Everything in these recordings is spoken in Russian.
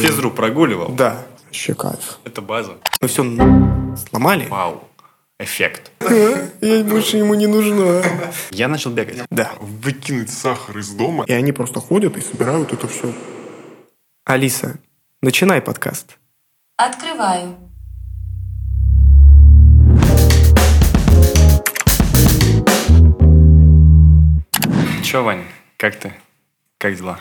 физру прогуливал? Да. Вообще кайф. Это база. Мы все сломали. Вау. Эффект. Я больше ему не нужна. Я начал бегать. Да. Выкинуть сахар из дома. И они просто ходят и собирают это все. Алиса, начинай подкаст. Открываю. Че, Вань, как ты? Как дела?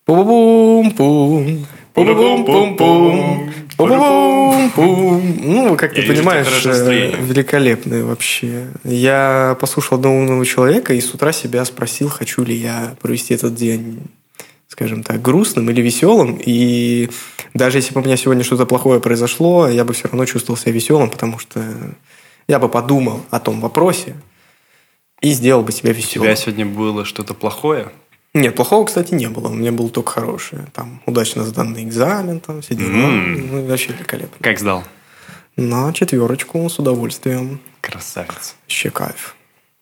Пу-бум-пум. Пу-бум-пум-пум. Пу-бум-пум. Ну, как ты Я вижу, понимаешь, у тебя хорошее настроение. великолепный вообще. Я послушал одного умного человека и с утра себя спросил, хочу ли я провести этот день, скажем так, грустным или веселым. И даже если бы у меня сегодня что-то плохое произошло, я бы все равно чувствовал себя веселым, потому что я бы подумал о том вопросе и сделал бы себя У веселым. тебя сегодня было что-то плохое? Нет, плохого, кстати, не было. У меня был только хорошее. Там удачно сданный экзамен, там все дела. Ну, вообще великолепно. Как сдал? На 4 с удовольствием. Красавец. Вообще кайф.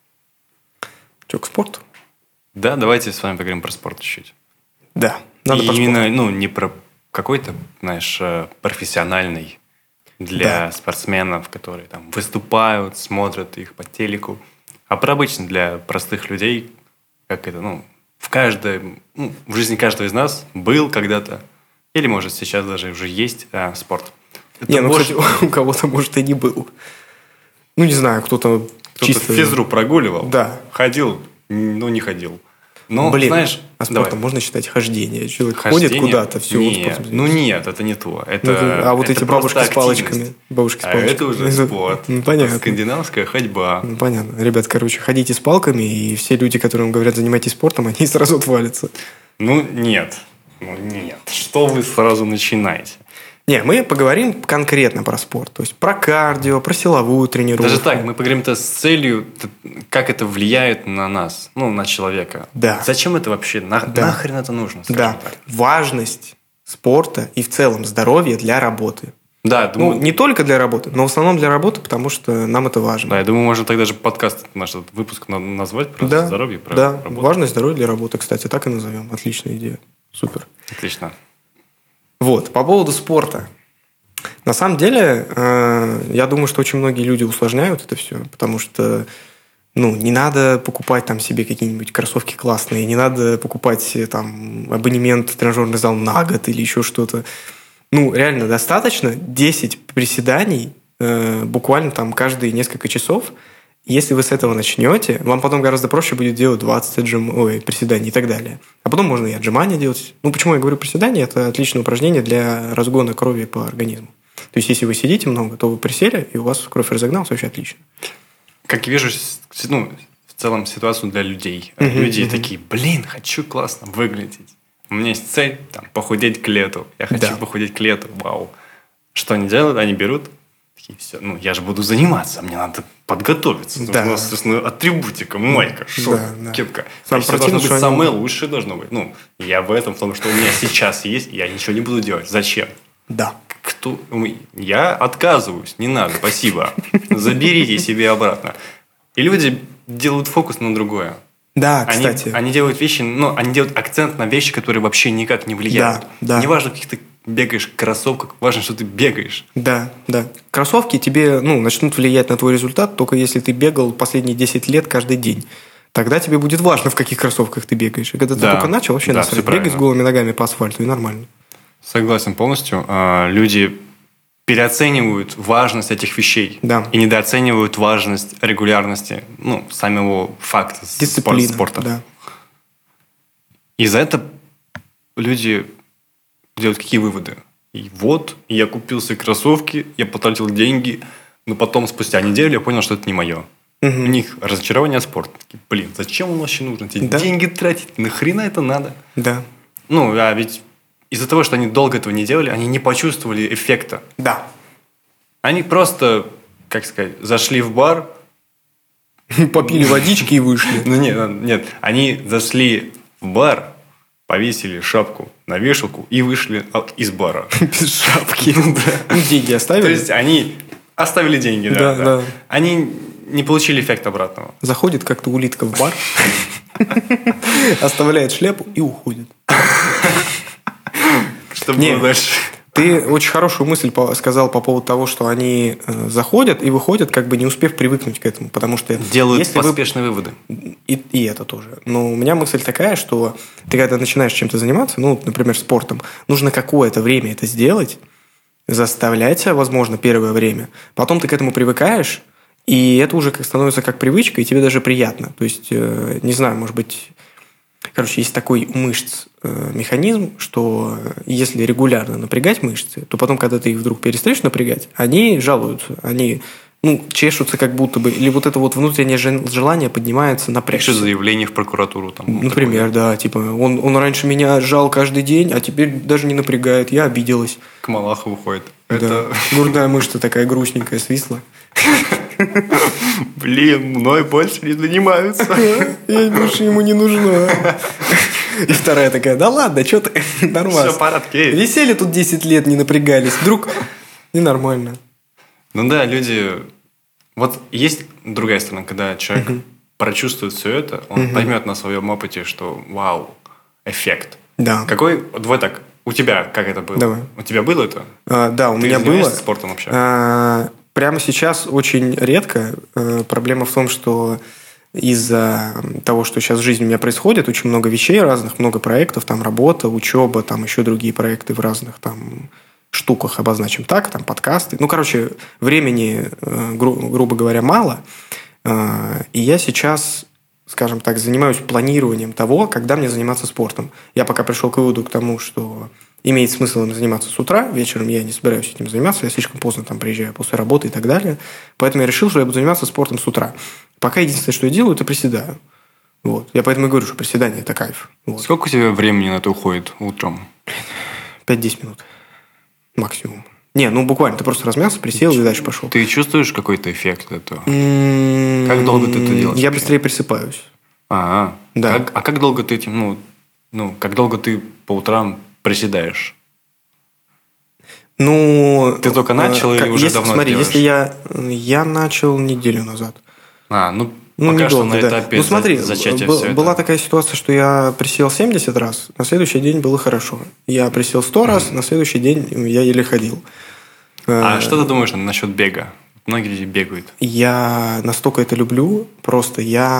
Че, к спорту? Да, давайте с вами поговорим про спорт чуть-чуть. Да. Надо И про спорт. именно, не про какой-то, знаешь, профессиональный для спортсменов, которые там выступают, смотрят их по телеку, а про обычно для простых людей, как это, в жизни каждого из нас был когда-то, или, может, сейчас даже уже есть спорт. Это Не, больше- кстати, у кого-то, может, и не был. Ну, не знаю, кто-то чисто... физру прогуливал, Да. ходил, не ходил. Но, Блин, знаешь, а спортом давай. можно считать хождение. Человек Хождение? ходит куда-то, все. Нет, нет, это не то. Это, а вот это эти бабушки просто с палочками. активность. Бабушки с А палочками. это уже спорт. Ну, понятно. Скандинавская ходьба. Ну, понятно. Ребят, короче, ходите с палками, и все люди, которым говорят, занимайтесь спортом, они сразу отвалятся. Нет. Что вы сразу начинаете? Не, мы поговорим конкретно про спорт. То есть про кардио, про силовую тренировку. Даже так, мы поговорим это с целью, как это влияет на нас, на человека. Да. Зачем это вообще? Нахрен это нужно? Скажем Да. так. Важность спорта и в целом здоровья для работы. Да, думаю, Не только для работы, но в основном для работы, потому что нам это важно. да, я думаю, можно тогда же подкаст, наш этот выпуск назвать про Да, здоровье, про да. работу. Важность здоровья для работы, кстати, так и назовем. Отличная идея. Супер. Отлично. Вот, по поводу спорта. На самом деле, я думаю, что очень многие люди усложняют это все, потому что не надо покупать там себе какие-нибудь кроссовки классные, не надо покупать там абонемент в тренажерный зал на год или еще что-то. Реально достаточно 10 приседаний буквально там каждые несколько часов. Если вы с этого начнете, вам потом гораздо проще будет делать 20 приседаний и так далее. А потом можно и отжимания делать. Почему я говорю приседания? Это отличное упражнение для разгона крови по организму. То есть, если вы сидите много, то вы присели, и у вас кровь разогналась, вообще отлично. Как я вижу, в целом ситуацию для людей. Люди такие, хочу классно выглядеть. У меня есть цель похудеть к лету. Я хочу похудеть к лету. Вау. Что они делают? Они берут такие, все, я же буду заниматься, мне надо подготовиться. Да. У нас, естественно, атрибутика, майка, шорт, Да. кепка. Самое Все должно противное, быть что самое они- лучшее должно быть. Я в этом, потому что у меня сейчас есть, я ничего не буду делать. Зачем? Да. Я отказываюсь, не надо, спасибо. Заберите себе обратно. И люди делают фокус на другое. Да, кстати. Они делают вещи, они делают акцент на вещи, которые вообще никак не влияют. Да. Неважно, в каких ты бегаешь в кроссовках, важно, что ты бегаешь. Да. Кроссовки тебе начнут влиять на твой результат, только если ты бегал последние 10 лет каждый день. Тогда тебе будет важно, в каких кроссовках ты бегаешь. И когда ты только начал, вообще Да, всё бегай правильно. с голыми ногами по асфальту, и нормально. Согласен полностью. Люди переоценивают важность этих вещей. Да. И недооценивают важность регулярности, самого факта Дисциплина. спорта. Да. И за это люди делают какие выводы? И я купил себе кроссовки, я потратил деньги, но потом, спустя неделю, я понял, что это не мое. У них разочарование от спорта. Такие, зачем он вообще нужен? Эти деньги тратить? Нахрена это надо? Да. А ведь из-за того, что они долго этого не делали, они не почувствовали эффекта. Да. Они просто, зашли в бар. Попили водички и вышли. Нет. Они зашли в бар, повесили шапку на вешалку и вышли из бара. Без шапки. Деньги То оставили. есть, они оставили деньги, Да. Они не получили эффекта обратного. Заходит как-то улитка в бар, оставляет шляпу и уходит. Что Не. было дальше? Ты очень хорошую мысль сказал по поводу того, что они заходят и выходят, как бы не успев привыкнуть к этому, потому что... Делают поспешные выводы. И это тоже. Но у меня мысль такая, что ты когда начинаешь чем-то заниматься, ну, например, спортом, нужно какое-то время это сделать, заставлять себя, возможно, первое время. Потом ты к этому привыкаешь, и это уже становится как привычка, и тебе даже приятно. То есть, не знаю, может быть... Короче, есть такой у мышц механизм, что если регулярно напрягать мышцы, то потом, когда ты их вдруг перестаешь напрягать, они жалуются, они чешутся как будто бы, или вот это вот внутреннее желание поднимается напрячься. Пишет заявление в прокуратуру. Там, например, такое. Да, типа он раньше меня жал каждый день, а теперь даже не напрягает, я обиделась. К Малахову ходит. Да. Грудная мышца такая грустненькая свисла. Блин, мной больше не занимаются. Я больше ему не нужна. И вторая такая, да ладно, что ты, нормально. Все в порядке. Висели тут 10 лет, не напрягались. Вдруг ненормально. Ну да, люди... Вот есть другая сторона, когда человек прочувствует все это, он поймет на своем опыте, что вау, эффект. Да. Какой... Давай так, у тебя как это было? Давай. У тебя было это? Да, у меня было. Ты занимаешься спортом вообще? Прямо сейчас очень редко. Проблема в том, что из-за того, что сейчас в жизни у меня происходит, очень много вещей разных, много проектов, там работа, учеба, там еще другие проекты в разных там штуках, обозначим так, там подкасты. Ну, короче, времени, грубо говоря, мало. И я сейчас, скажем так, занимаюсь планированием того, когда мне заниматься спортом. Я пока пришел к выводу к тому, что имеет смысл им заниматься с утра, вечером я не собираюсь этим заниматься, я слишком поздно там приезжаю после работы и так далее. Поэтому я решил, что я буду заниматься спортом с утра. Пока единственное, что я делаю, это приседаю. Вот. Я поэтому и говорю, что приседание – это кайф. Вот. Сколько у тебя времени на это уходит утром? 5-10 минут. Максимум. Не, буквально, ты просто размялся, присел и дальше пошел. Ты чувствуешь какой-то эффект этого? Как долго ты это делаешь? Я быстрее присыпаюсь. Да. А как долго ты этим, как долго ты по утрам приседаешь? Ты только начал или уже давно смотри, делаешь? Если я начал неделю назад. Пока что на этапе зачатия все это. Была такая ситуация, что я присел 70 раз, на следующий день было хорошо. Я присел 100 раз, на следующий день я еле ходил. А что ты думаешь насчет бега? Многие люди бегают. Я настолько это люблю, просто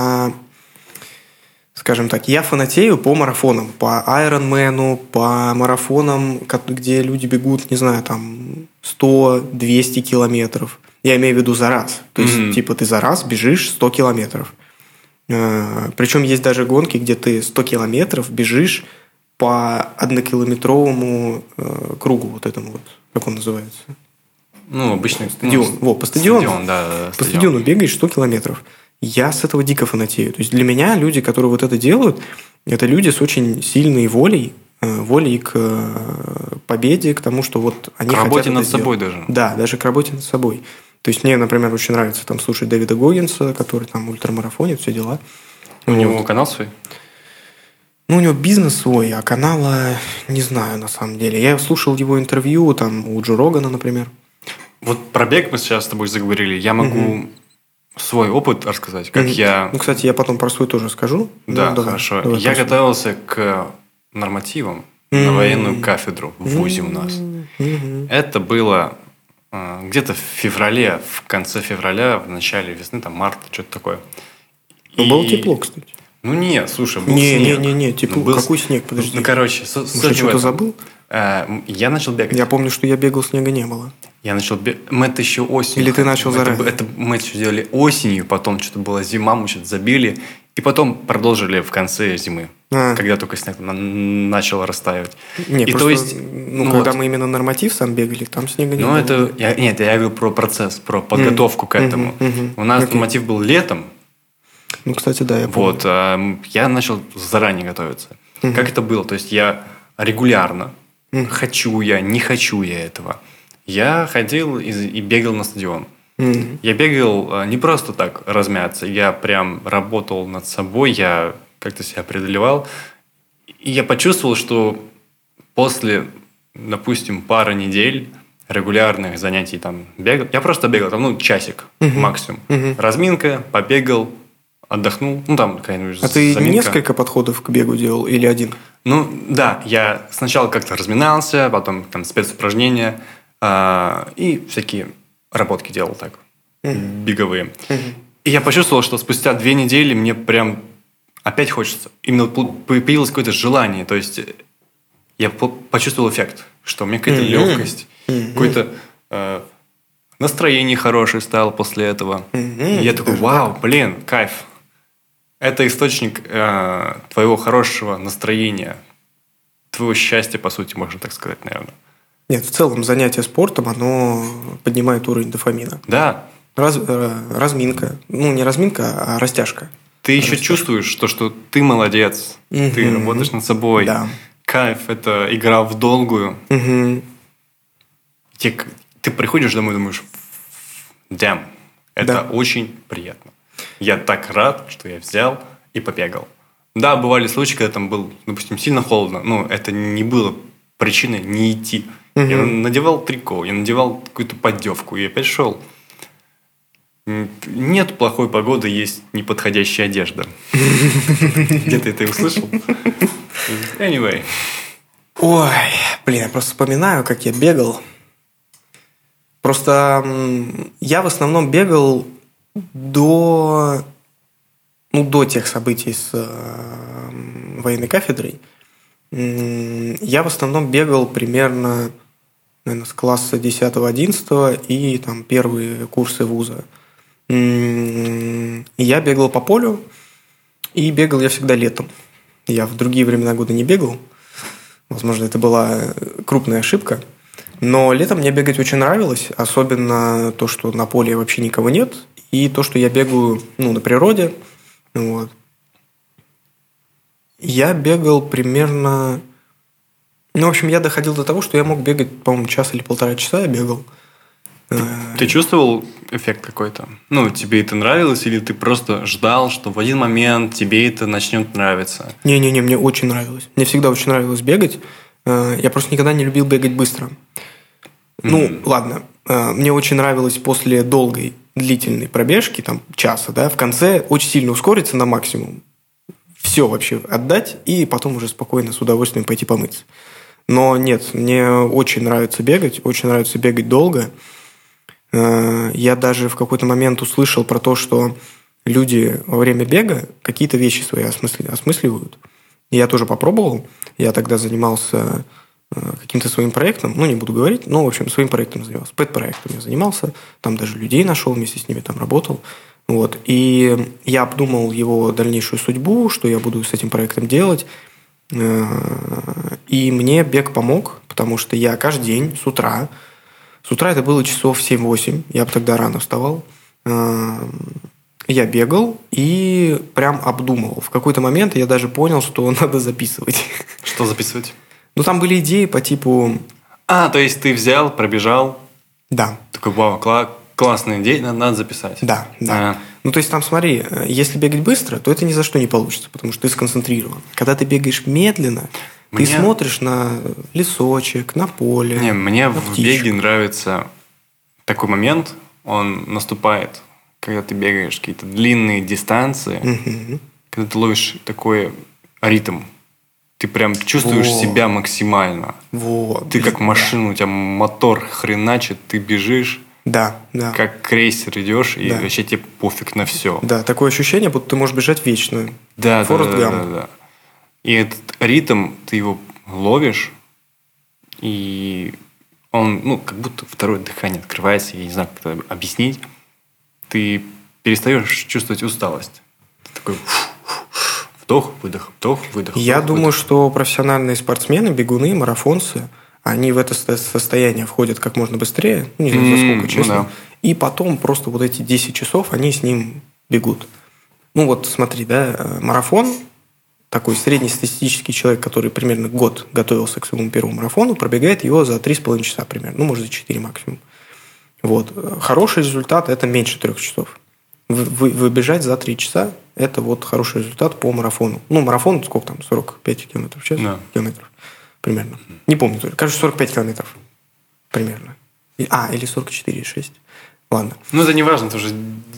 скажем так, я фанатею по марафонам, по Ironman'у, по марафонам, где люди бегут, не знаю, там 100-200 километров. Я имею в виду за раз. То есть, типа, ты за раз бежишь 100 километров. Причем есть даже гонки, где ты 100 километров бежишь по 1-километровому кругу вот этому вот, как он называется? Обычный стадион. По стадиону. По стадиону бегаешь 100 километров. Я с этого дико фанатею. То есть для меня люди, которые вот это делают, это люди с очень сильной волей к победе, к тому, что вот они хотят. К работе над собой даже. Да, даже к работе над собой. То есть мне, например, очень нравится там слушать Дэвида Гоггинса, который там ультрамарафонит, все дела. У него канал свой? У него бизнес свой, а канала не знаю на самом деле. Я слушал его интервью там у Джо Рогана, например. Вот про бег мы сейчас с тобой заговорили. Я могу свой опыт рассказать, как я... кстати, я потом про свой тоже скажу. Да, хорошо. Я готовился к нормативам на военную кафедру в ВУЗе у нас. Это было где-то в феврале, в конце февраля, в начале весны, там марта, что-то такое. Было тепло, кстати. Нет, слушай, был снег. Не, тепло. Какой снег? Подожди. Короче, я что-то забыл? Я начал бегать. Я помню, что я бегал, снега не было. Я начал бегать. Мы это еще осенью. Или ты начал заранее? Это мы это еще делали осенью, потом что-то была зима, мы что-то забили. И потом продолжили в конце зимы, когда только снег начал растаивать. Нет, просто, то есть, когда мы именно норматив сам бегали, там снега не было. Я говорю про процесс, про подготовку к этому. У нас норматив был летом. Кстати, да, я помню. Вот, я начал заранее готовиться. Как это было? То есть, я регулярно, хочу я, не хочу я этого, я ходил и бегал на стадион. Я бегал не просто так размяться, я прям работал над собой, я как-то себя преодолевал. И я почувствовал, что после, допустим, пары недель регулярных занятий там бегал, я просто бегал, там, часик максимум. Разминка, побегал, отдохнул. Ну, там какая-нибудь А ты заминка. несколько подходов к бегу делал или один? Ну, да, я сначала как-то разминался, потом там спецупражнения и всякие работки делал так, беговые. И я почувствовал, что спустя 2 недели мне прям опять хочется. Именно появилось какое-то желание. То есть я почувствовал эффект, что у меня какая-то легкость, какое-то настроение хорошее стало после этого. И я такой, вау, блин, кайф. Это источник твоего хорошего настроения, твоего счастья, по сути, можно так сказать, наверное. Нет, в целом занятие спортом, оно поднимает уровень дофамина. Да. Разминка. Ну, не разминка, а растяжка. Ты еще чувствуешь то, что ты молодец, ты работаешь над собой. Да. Кайф – это игра в долгую. Ты приходишь домой и думаешь, damn, это очень приятно. Я так рад, что я взял и побегал. Да, бывали случаи, когда там было, допустим, сильно холодно, но это не было причиной не идти. Я надевал трико, я надевал какую-то поддевку и опять шел. Нет плохой погоды, есть неподходящая одежда. Где-то это услышал? Anyway. Ой, блин, я просто вспоминаю, как я бегал. Просто я в основном бегал до тех событий с военной кафедрой. Я в основном бегал примерно, наверное, с класса 10-11 и там первые курсы вуза. Я бегал по полю, и бегал я всегда летом. Я в другие времена года не бегал. Возможно, это была крупная ошибка. Но летом мне бегать очень нравилось, особенно то, что на поле вообще никого нет, и то, что я бегаю на природе. Вот. Я бегал примерно... в общем, я доходил до того, что я мог бегать, по-моему, час или 1,5 часа я бегал. Ты чувствовал эффект какой-то? Тебе это нравилось, или ты просто ждал, что в один момент тебе это начнет нравиться? Не-не-не, мне очень нравилось. Мне всегда очень нравилось бегать. Я просто никогда не любил бегать быстро. Ладно. Мне очень нравилось после долгой, длительной пробежки, там, часа, да, в конце очень сильно ускориться на максимум. Все вообще отдать, и потом уже спокойно, с удовольствием пойти помыться. Но нет, мне очень нравится бегать долго. Я даже в какой-то момент услышал про то, что люди во время бега какие-то вещи свои осмысливают. И я тоже попробовал. Я тогда занимался каким-то своим проектом. Не буду говорить, в общем, своим проектом занимался. Пэт-проектом я занимался. Там даже людей нашел, вместе с ними там работал. Вот. И я обдумал его дальнейшую судьбу, что я буду с этим проектом делать. И мне бег помог, потому что я каждый день с утра это было часов 7-8, я бы тогда рано вставал, я бегал и прям обдумывал. В какой-то момент я даже понял, что надо записывать. Что записывать? Там были идеи по типу... то есть ты взял, пробежал? Да. Такой, вау, классная идея, надо записать. Да. То есть там, смотри, если бегать быстро, то это ни за что не получится, потому что ты сконцентрирован. Когда ты бегаешь медленно, ты смотришь на лесочек, на поле. Мне на в беге нравится такой момент, он наступает, когда ты бегаешь какие-то длинные дистанции, когда ты ловишь такой ритм. Ты прям чувствуешь себя максимально. Ты как машина, у тебя мотор хреначит, ты бежишь. Да. Как крейсер идешь, и вообще тебе пофиг на все. Да, такое ощущение, будто ты можешь бежать вечно. Да. Да. И этот ритм, ты его ловишь, и он, как будто второе дыхание открывается, я не знаю, как это объяснить. Ты перестаешь чувствовать усталость. Ты такой вдох, выдох, вдох, выдох. Я думаю, что профессиональные спортсмены, бегуны, марафонцы, они в это состояние входят как можно быстрее, не знаю, за сколько, честно. И потом просто вот эти 10 часов, они с ним бегут. Смотри, марафон, такой среднестатистический человек, который примерно год готовился к своему первому марафону, пробегает его за 3,5 часа примерно, может, за 4 максимум. Вот. Хороший результат – это меньше 3 часов. Выбежать за 3 часа – это вот хороший результат по марафону. Марафон сколько там, 45 км в час? Да. Километров примерно. Не помню, кажется, 45 километров примерно. Или 44,6. Ладно. Это не важно, ты уже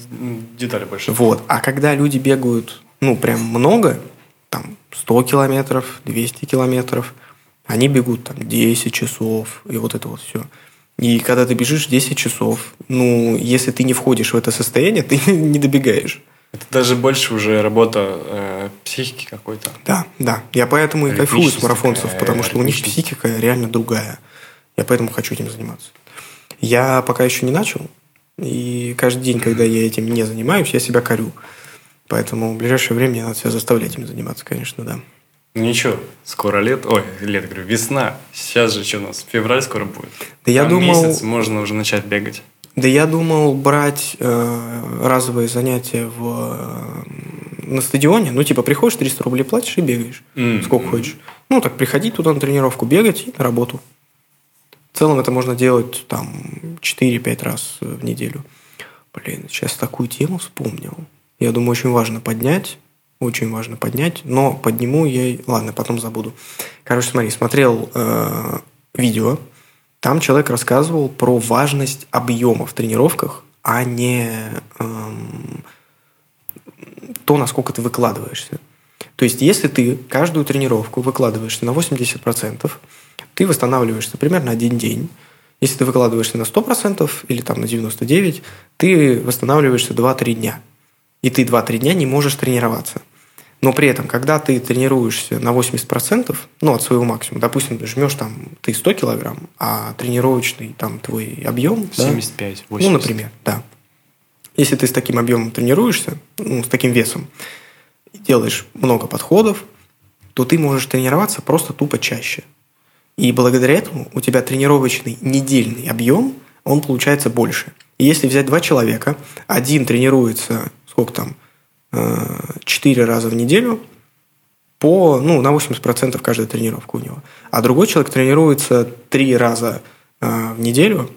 детали больше. Вот. А когда люди бегают, ну, прям много, там, 100 километров, 200 километров, они бегут там 10 часов, и вот это вот все. И когда ты бежишь 10 часов, ну, если ты не входишь в это состояние, ты не добегаешь. Это даже больше уже работа психики какой-то. Да, да. Я поэтому и кайфую с марафонцев, такая, потому что у них ритмичность. психика реально другая. Я поэтому хочу этим заниматься. Я пока еще не начал, и каждый день, когда я этим не занимаюсь, я себя корю. Поэтому в ближайшее время мне надо себя заставлять этим заниматься, конечно, да. Ну ничего, скоро лето, говорю, весна. Сейчас же что у нас, февраль скоро будет. Да я Там думал- месяц можно уже начать бегать. Да я думал брать разовые занятия на стадионе. Ну, типа, приходишь, 300 рублей платишь и бегаешь. Сколько хочешь. Ну, так приходить туда на тренировку, бегать и на работу. В целом это можно делать там 4-5 раз в неделю. Блин, сейчас такую тему вспомнил. Я думаю, очень важно поднять. Очень важно поднять. Но подниму я... Ладно, потом забуду. Короче, смотри, смотрел видео. Там человек рассказывал про важность объема в тренировках, а не то, насколько ты выкладываешься. То есть, если ты каждую тренировку выкладываешься на 80%, ты восстанавливаешься примерно один день. Если ты выкладываешься на 100% или там на 99%, ты восстанавливаешься 2-3 дня. И ты 2-3 дня не можешь тренироваться. Но при этом, когда ты тренируешься на 80%, ну, от своего максимума, допустим, ты жмешь там ты 100 килограмм, а тренировочный там твой объем... 75, 80. Ну, например, да. Если ты с таким объемом тренируешься, ну, с таким весом, и делаешь много подходов, то ты можешь тренироваться просто тупо чаще. И благодаря этому у тебя тренировочный недельный объем, он получается больше. И если взять 2 человека, один тренируется, сколько там, 4 раза в неделю, на 80% каждая тренировка у него. А другой человек тренируется 3 раза в неделю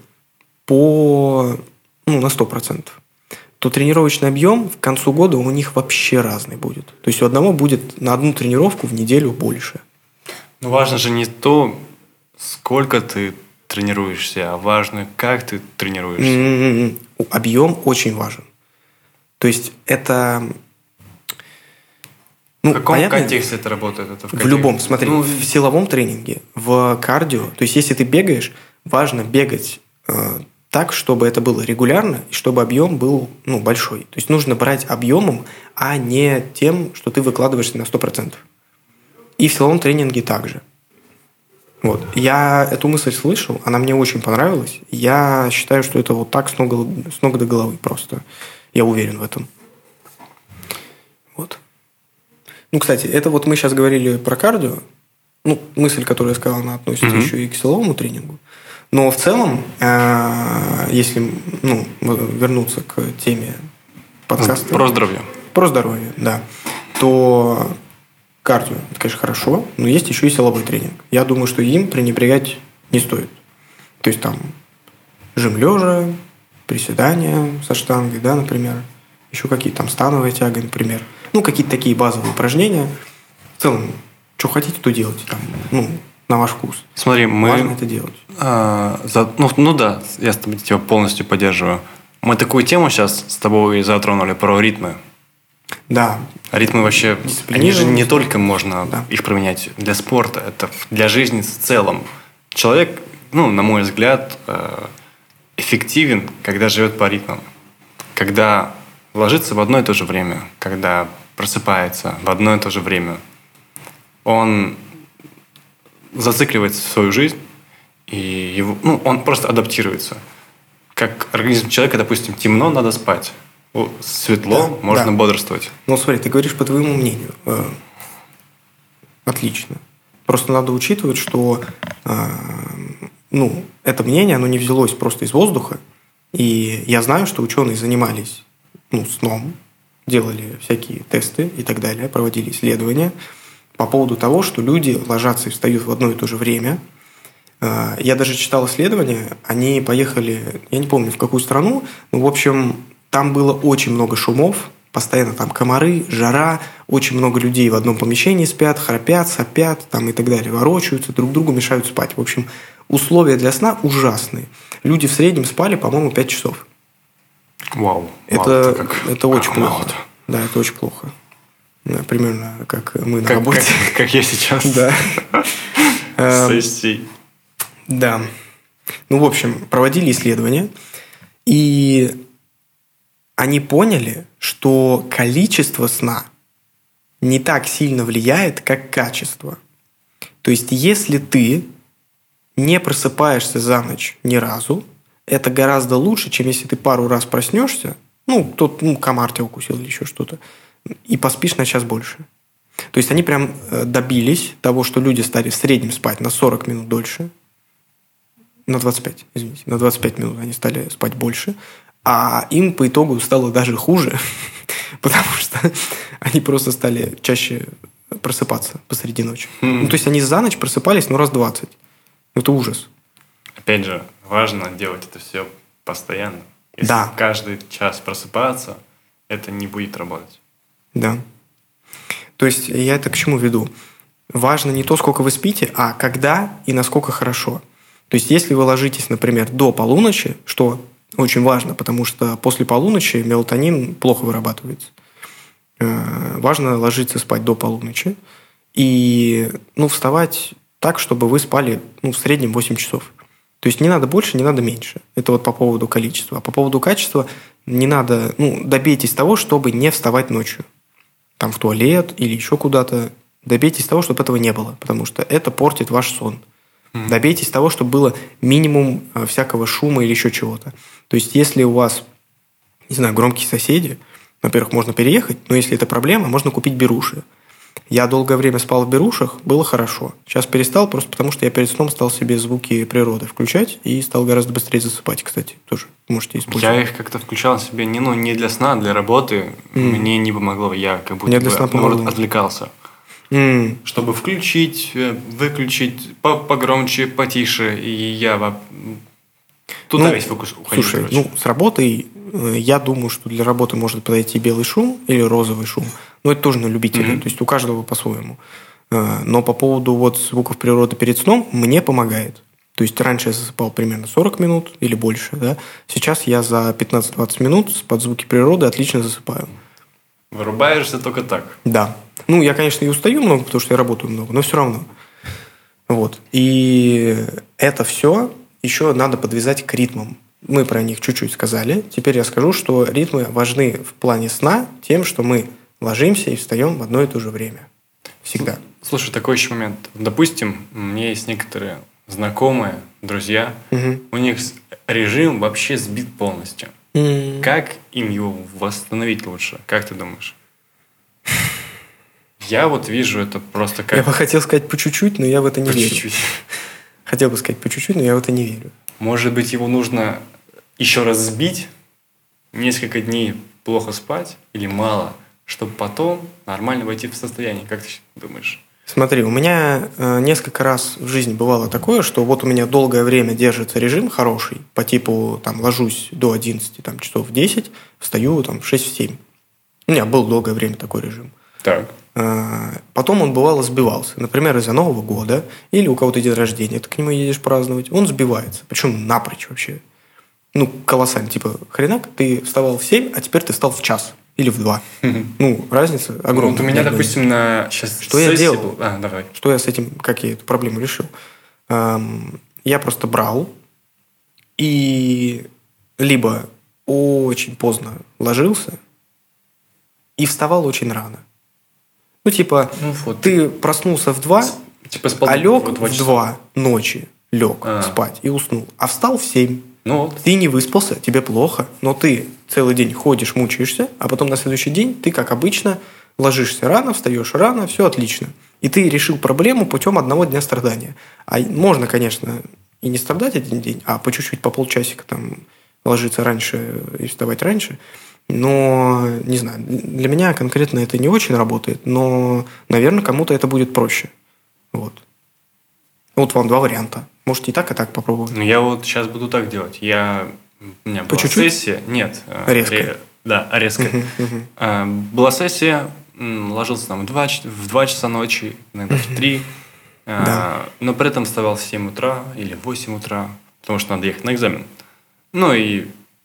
на 100%. То тренировочный объем к концу года у них вообще разный будет. То есть у одного будет на одну тренировку в неделю больше. Ну, важно же не то, сколько ты тренируешься, а важно, как ты тренируешься. Объем очень важен. То есть это... В каком контексте это работает? Это в любом. Смотри, в силовом тренинге, в кардио. То есть, если ты бегаешь, важно бегать так, чтобы это было регулярно и чтобы объем был большой. То есть, нужно брать объемом, а не тем, что ты выкладываешься на 100%. И в силовом тренинге также. Вот. Я эту мысль слышал, она мне очень понравилась. Я считаю, что это вот так с ног до головы просто. Я уверен в этом. Вот. Ну, кстати, это вот мы сейчас говорили про кардио. Ну, мысль, которую я сказал, она относится еще и к силовому тренингу. Но в целом, если вернуться к теме подкаста... Про здоровье. Про здоровье, да. То кардио, это, конечно, хорошо, но есть еще и силовой тренинг. Я думаю, что им пренебрегать не стоит. То есть, там, жим лежа, приседания со штангой, да, например. Еще какие-то там становая тяга, например. Ну, какие-то такие базовые упражнения. В целом, что хотите, то делайте. Там, на ваш вкус. Смотри, важно это делать. Да, я тебя полностью поддерживаю. Мы такую тему сейчас с тобой затронули про ритмы. Да. Ритмы вообще, они же не только можно их применять для спорта, это для жизни в целом. Человек, на мой взгляд, эффективен, когда живет по ритмам. Когда ложится в одно и то же время, когда просыпается в одно и то же время. Он зацикливается в свою жизнь, и он просто адаптируется. Как организм человека, допустим, темно, надо спать. Светло, можно бодрствовать. Ну, смотри, ты говоришь по твоему мнению. Отлично. Просто надо учитывать, что это мнение, оно не взялось просто из воздуха. И я знаю, что ученые занимались сном, делали всякие тесты и так далее, проводили исследования по поводу того, что люди ложатся и встают в одно и то же время. Я даже читал исследования, они поехали, я не помню, в какую страну, но, в общем, там было очень много шумов, постоянно там комары, жара, очень много людей в одном помещении спят, храпят, сопят там, и так далее, ворочаются, друг другу мешают спать. В общем, условия для сна ужасные. Люди в среднем спали, по-моему, 5 часов. Вау. Это очень плохо. мало-то. Да, это очень плохо. Да, примерно как мы на Как, работе. как я сейчас. Да. Сессии. Да. Ну, в общем, проводили исследования, и они поняли, что количество сна не так сильно влияет, как качество. То есть, если ты не просыпаешься за ночь ни разу, это гораздо лучше, чем если ты пару раз проснешься, комар тебя укусил или еще что-то, и поспишь на час больше. То есть, они прям добились того, что люди стали в среднем спать на 40 минут дольше, на 25, извините, на 25 минут они стали спать больше, а им по итогу стало даже хуже, потому что они просто стали чаще просыпаться посреди ночи. То есть, они за ночь просыпались, раз 20. Это ужас. Опять же, важно делать это все постоянно. Если каждый час просыпаться, это не будет работать. Да. То есть, я это к чему веду? Важно не то, сколько вы спите, а когда и насколько хорошо. То есть, если вы ложитесь, например, до полуночи, что очень важно, потому что после полуночи мелатонин плохо вырабатывается. Важно ложиться спать до полуночи и вставать так, чтобы вы спали в среднем 8 часов. То есть, не надо больше, не надо меньше. Это вот по поводу количества. А по поводу качества не надо... добейтесь того, чтобы не вставать ночью. Там в туалет или еще куда-то. Добейтесь того, чтобы этого не было, потому что это портит ваш сон. Добейтесь того, чтобы было минимум всякого шума или еще чего-то. То есть, если у вас, не знаю, громкие соседи, во-первых, можно переехать, но если это проблема, можно купить беруши. Я долгое время спал в берушах, было хорошо. Сейчас перестал, просто потому что я перед сном стал себе звуки природы включать и стал гораздо быстрее засыпать, кстати. Тоже можете использовать. Я их как-то включал себе не для сна, а для работы. Мне не помогло. Я как будто бы отвлекался. Чтобы включить, выключить, погромче, потише. И я туда весь фокус уходил. Слушай, с работой я думаю, что для работы может подойти белый шум или розовый шум. Но это тоже на любителя. То есть, у каждого по-своему. Но по поводу звуков природы перед сном мне помогает. То есть, раньше я засыпал примерно 40 минут или больше. Да? Сейчас я за 15-20 минут под звуки природы отлично засыпаю. Вырубаешься только так. Да. Я, конечно, и устаю много, потому что я работаю много, но все равно. Вот. И это все еще надо подвязать к ритмам. Мы про них чуть-чуть сказали. Теперь я скажу, что ритмы важны в плане сна тем, что мы ложимся и встаем в одно и то же время. Всегда. Слушай, такой еще момент. Допустим, у меня есть некоторые знакомые, друзья, у них режим вообще сбит полностью. Как им его восстановить лучше? Как ты думаешь? Я вижу это просто как... Я бы хотел сказать по чуть-чуть, но я в это не верю. Чуть-чуть. Хотел бы сказать по чуть-чуть, но я в это не верю. Может быть, его нужно еще раз сбить, несколько дней плохо спать или мало, чтобы потом нормально войти в состояние. Как ты думаешь? Смотри, у меня несколько раз в жизни бывало такое, что у меня долгое время держится режим хороший, по типу ложусь до 11 часов в 10, встаю в 6-7. У меня был долгое время такой режим. Так. Потом он бывало сбивался. Например, из-за Нового года или у кого-то день рождения, ты к нему едешь праздновать, он сбивается. Причем напрочь вообще. Колоссально. Хренак, ты вставал в 7, а теперь ты встал в час. Или в 2. Разница огромная. У меня, допустим, сейчас что я делал? Давай. Что я с этим, как я эту проблему решил? Я просто брал и либо очень поздно ложился и вставал очень рано. Ты проснулся в 2, а лег в 2 ночи спать и уснул. А встал в 7. Ты не выспался, тебе плохо, но ты целый день ходишь, мучаешься, а потом на следующий день ты, как обычно, ложишься рано, встаешь рано, все отлично. И ты решил проблему путем одного дня страдания. А можно, конечно, и не страдать один день, а по чуть-чуть, по полчасика ложиться раньше и вставать раньше. Но, не знаю, для меня конкретно это не очень работает, но, наверное, кому-то это будет проще. Вот вам 2 варианта. Можете и так попробовать. Я сейчас буду так делать. У меня была сессия. Нет. Резко. Резко. Была сессия, ложился в 2 часа ночи, иногда в 3. Но при этом вставал в 7 утра или в 8 утра, потому что надо ехать на экзамен. И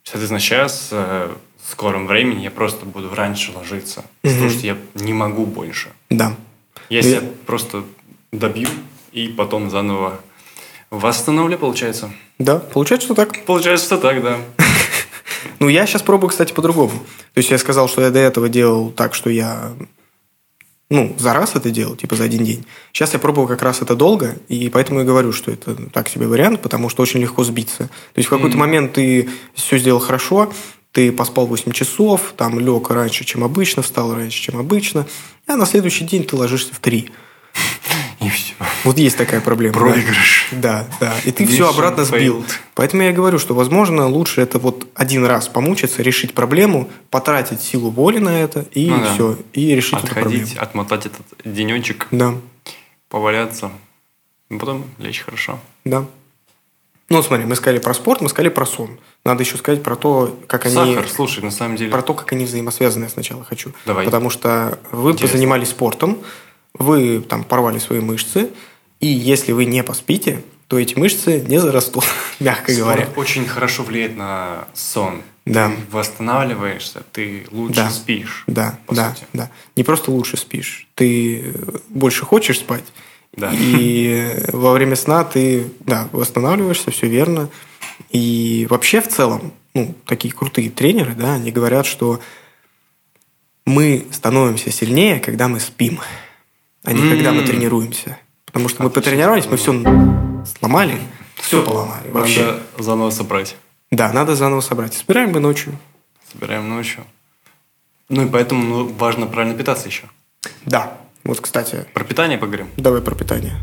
Соответственно, сейчас в скором времени я просто буду раньше ложиться, потому что я не могу больше. Да. Если я просто добью и потом заново восстановлю, получается. Да, получается, что так. Получается, что так, да. Ну, я сейчас пробую, кстати, по-другому. То есть, я сказал, что я до этого делал так, что я, за раз это делал, типа за один день. Сейчас я пробовал как раз это долго, и поэтому я говорю, что это так себе вариант, потому что очень легко сбиться. То есть, в какой-то момент ты все сделал хорошо, ты поспал 8 часов, там лег раньше, чем обычно, встал раньше, чем обычно, а на следующий день ты ложишься в 3. И все. Вот есть такая проблема. Проигрыш. Да. И ты все обратно сбил. Поэтому я и говорю, что, возможно, лучше это вот один раз помучиться, решить проблему, потратить силу воли на это, и все, и решить эту проблему. Отходить, отмотать этот денечек, Да. поваляться, и потом лечь хорошо. Да. Ну, смотри, мы сказали про спорт, мы сказали про сон. Надо еще сказать про то, как они... Сахар, слушай, на самом деле... Про то, как они взаимосвязаны я сначала хочу. Давай. Потому что вы Интересно. позанимались спортом, вы там порвали свои мышцы, и если вы не поспите, то эти мышцы не зарастут, мягко говоря. Спорт очень хорошо влияет на сон. Да. Ты восстанавливаешься, ты лучше спишь. Да, по сути. да. Не просто лучше спишь, ты больше хочешь спать. Да. И во время сна ты, восстанавливаешься, все верно. И вообще в целом, такие крутые тренеры, да, они говорят, что мы становимся сильнее, когда мы спим, а не когда мы тренируемся. Потому что мы потренировались, мы все сломали, все поломали. Вообще. Надо заново собрать. Да, надо заново собрать. Собираем мы ночью. Собираем ночью. Ну и поэтому важно правильно питаться еще. Да. Вот, кстати, Про питание поговорим. давай про питание.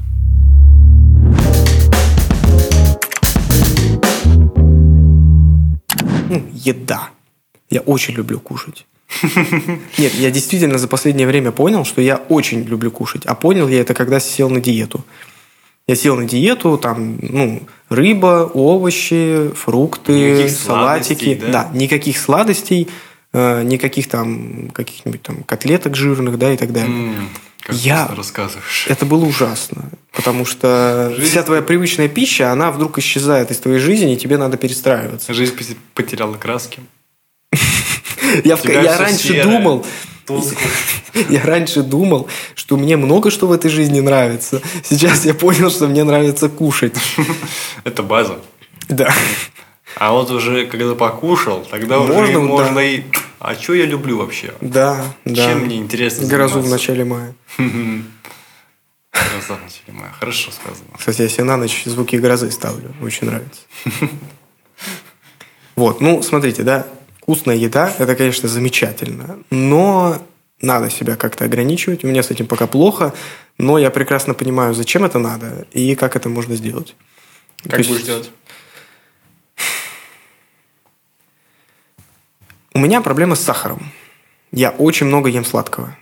Еда. Я очень люблю кушать. Нет, я действительно за последнее время понял, что я очень люблю кушать. А понял я это, когда сел на диету. Я сел на диету, там, рыба, овощи, фрукты, Никаких салатики. сладостей, да? Да, никаких сладостей, никаких там каких-нибудь там котлеток жирных, да, и так далее. Как Я- вкусно рассказываешь. Это было ужасно, потому что вся твоя привычная пища, она вдруг исчезает из твоей жизни, и тебе надо перестраиваться. Жизнь потеряла краски. Я всё раньше серое. думал, Тускло. я раньше думал, что мне много что в этой жизни нравится. Сейчас я понял, что мне нравится кушать. Это база. Да. А вот уже когда покушал, тогда Можно, уже можно да. и... А что я люблю вообще? Да. Чем мне интересно Грозу в заниматься? начале мая. Гроза в начале мая. Хорошо сказано. Кстати, я себе на ночь звуки грозы ставлю. Очень нравится. Вот, смотрите, да, вкусная еда – это, конечно, замечательно, но надо себя как-то ограничивать. У меня с этим пока плохо, но я прекрасно понимаю, зачем это надо и как это можно сделать. Как То есть будешь делать? У меня проблема с сахаром. Я очень много ем сладкого.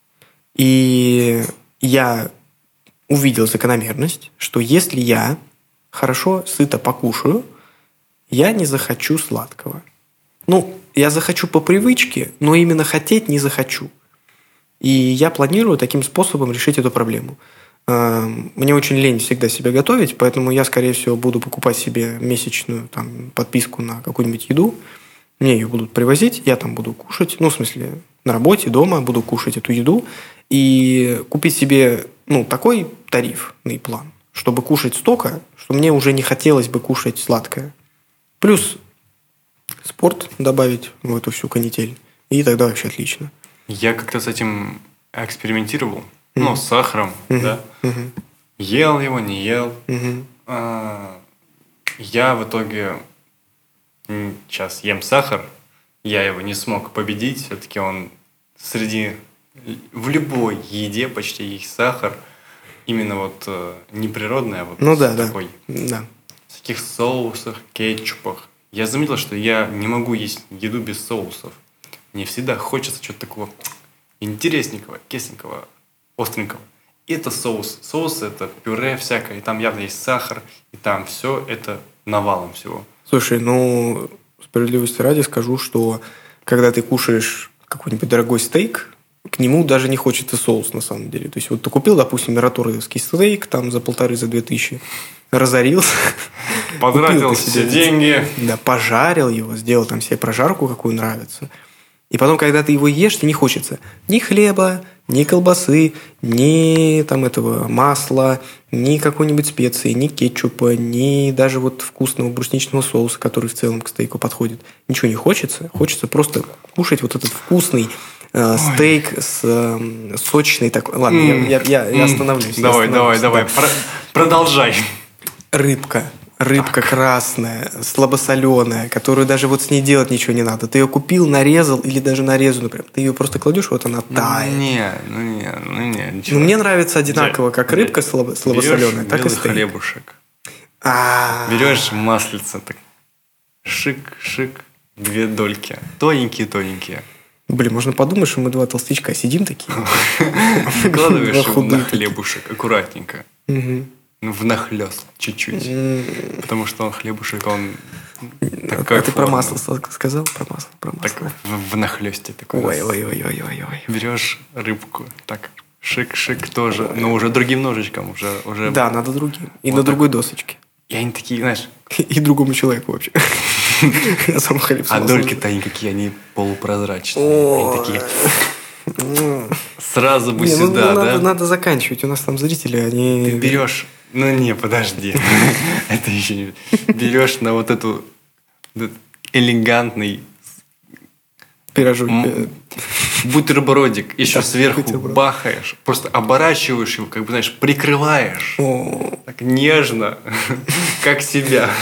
И я увидел закономерность, что если я хорошо, сыто покушаю, я не захочу сладкого. Я захочу по привычке, но именно хотеть не захочу. И я планирую таким способом решить эту проблему. Мне очень лень всегда себе готовить, поэтому я, скорее всего, буду покупать себе месячную подписку на какую-нибудь еду. Мне ее будут привозить, я там буду кушать. В смысле, на работе, дома буду кушать эту еду. И купить себе, такой тарифный план, чтобы кушать столько, что мне уже не хотелось бы кушать сладкое. Плюс спорт добавить в эту всю канитель. И тогда вообще отлично. Я как-то с этим экспериментировал. С сахаром, да. Ел его, не ел. Я в итоге сейчас ем сахар. Я его не смог победить. Все-таки он в любой еде почти есть сахар. Именно не природный, а такой. Да. В таких соусах, кетчупах. Я заметил, что я не могу есть еду без соусов. Мне всегда хочется чего-то такого интересненького, кисленького, остренького. И это соус. Соус – это пюре всякое, и там явно есть сахар, и там все это навалом всего. Слушай, справедливости ради скажу, что когда ты кушаешь какой-нибудь дорогой стейк, к нему даже не хочется соус, на самом деле. То есть, вот ты купил, допустим, мираторговский стейк там за 1500-2000, разорился. Потратил все деньги. Да, пожарил его, сделал там себе прожарку, какую нравится. И потом, когда ты его ешь, тебе не хочется ни хлеба, ни колбасы, ни там этого масла, ни какой-нибудь специи, ни кетчупа, ни даже вот вкусного брусничного соуса, который в целом к стейку подходит. Ничего не хочется. Хочется просто кушать вот этот вкусный стейк с сочной такой. Ладно, я остановлюсь. Давай. Продолжай. Рыбка красная, слабосоленая, которую даже вот с ней делать ничего не надо. Ты ее купил, нарезал или даже нарезанную прям. Ты ее просто кладешь, вот она тает. Ничего. Мне нравится одинаково, как рыбка слабосоленая, так и стейк. Хлебушек. Берешь маслица, так шик, 2 дольки. Тоненькие. Блин, можно подумать, что мы 2 толстячка сидим такие. Выкладываешь его на хлебушек аккуратненько. Внахлёст чуть-чуть. Потому что он хлебушек, он такой. А ты про масло сказал? Про масло. Так, в нахлёсте такой. Ой. Берешь рыбку, так, шик тоже, но уже другим ножичком. Уже... Да, надо другим. И вот на так. другой досочке. И они такие, знаешь... И другому человеку вообще. Сам хлеб. А дольки-то они какие, они полупрозрачные. Они такие... Сразу бы сюда, да? Надо заканчивать. У нас там зрители, они... Ты берешь... подожди. Это еще не... Берешь на вот эту элегантный пирожок. Бутербродик, еще сверху бутерброд. бахаешь, просто оборачиваешь его, как бы, знаешь, прикрываешь. Так нежно, как себя.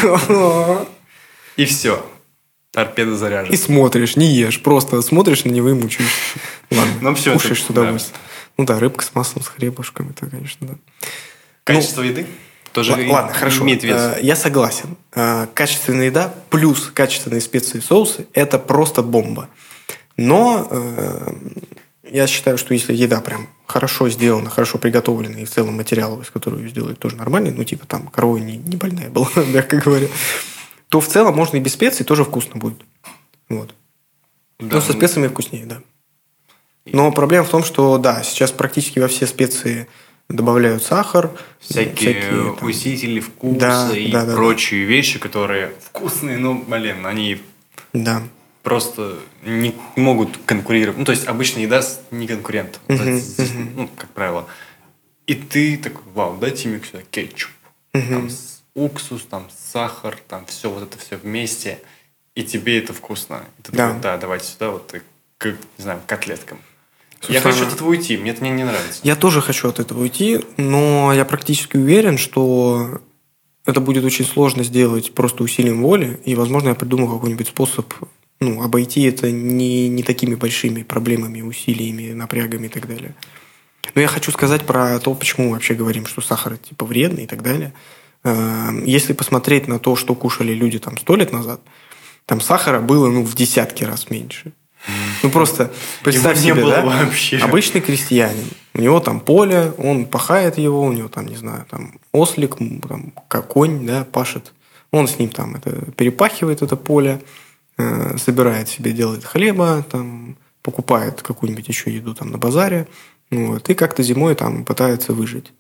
И все. Торпеда заряжена. И смотришь, не ешь, просто смотришь на него и мучаешь. Ладно, все кушаешь с удовольствием. Ну да, рыбка с маслом, с хлебушком, это, конечно, да. Качество еды тоже ладно, хорошо. имеет вес. Я согласен. Качественная еда плюс качественные специи и соусы – это просто бомба. Но я считаю, что если еда прям хорошо сделана, хорошо приготовлена, и в целом материал, из которого ее сделают, тоже нормальный, ну, типа там корова не больная была, мягко говоря, то в целом можно и без специй, тоже вкусно будет. Вот. Да, но со специями вкуснее, да. Но проблема в том, что, да, сейчас практически во все специи добавляют сахар. Всякие там, усилители вкуса и прочие вещи, которые вкусные, но, блин, они просто не могут конкурировать. Ну, то есть, обычная еда не конкурент. Ну, как правило. И ты такой, вау, дайте мне сюда кетчуп. Там уксус, там сахар, там все, вот это все вместе. И тебе это вкусно. И ты такой, да, давайте сюда, вот, к, не знаю, котлеткам. Я хочу от этого уйти, мне это не нравится. Я тоже хочу от этого уйти, но я практически уверен, что это будет очень сложно сделать просто усилием воли, и, возможно, я придумаю какой-нибудь способ обойти это не такими большими проблемами, усилиями, напрягами и так далее. Но я хочу сказать про то, почему мы вообще говорим, что сахар типа вредный и так далее. Если посмотреть на то, что кушали люди там 100 лет назад, там сахара было в десятки раз меньше. Просто представь себе, да? Вообще. Обычный крестьянин. У него там поле, он пахает его, у него там, не знаю, там ослик, там, конь, да, пашет. Он с ним там перепахивает это поле, собирает себе, делает хлеба, там, покупает какую-нибудь еще еду там на базаре, и как-то зимой там пытается выжить.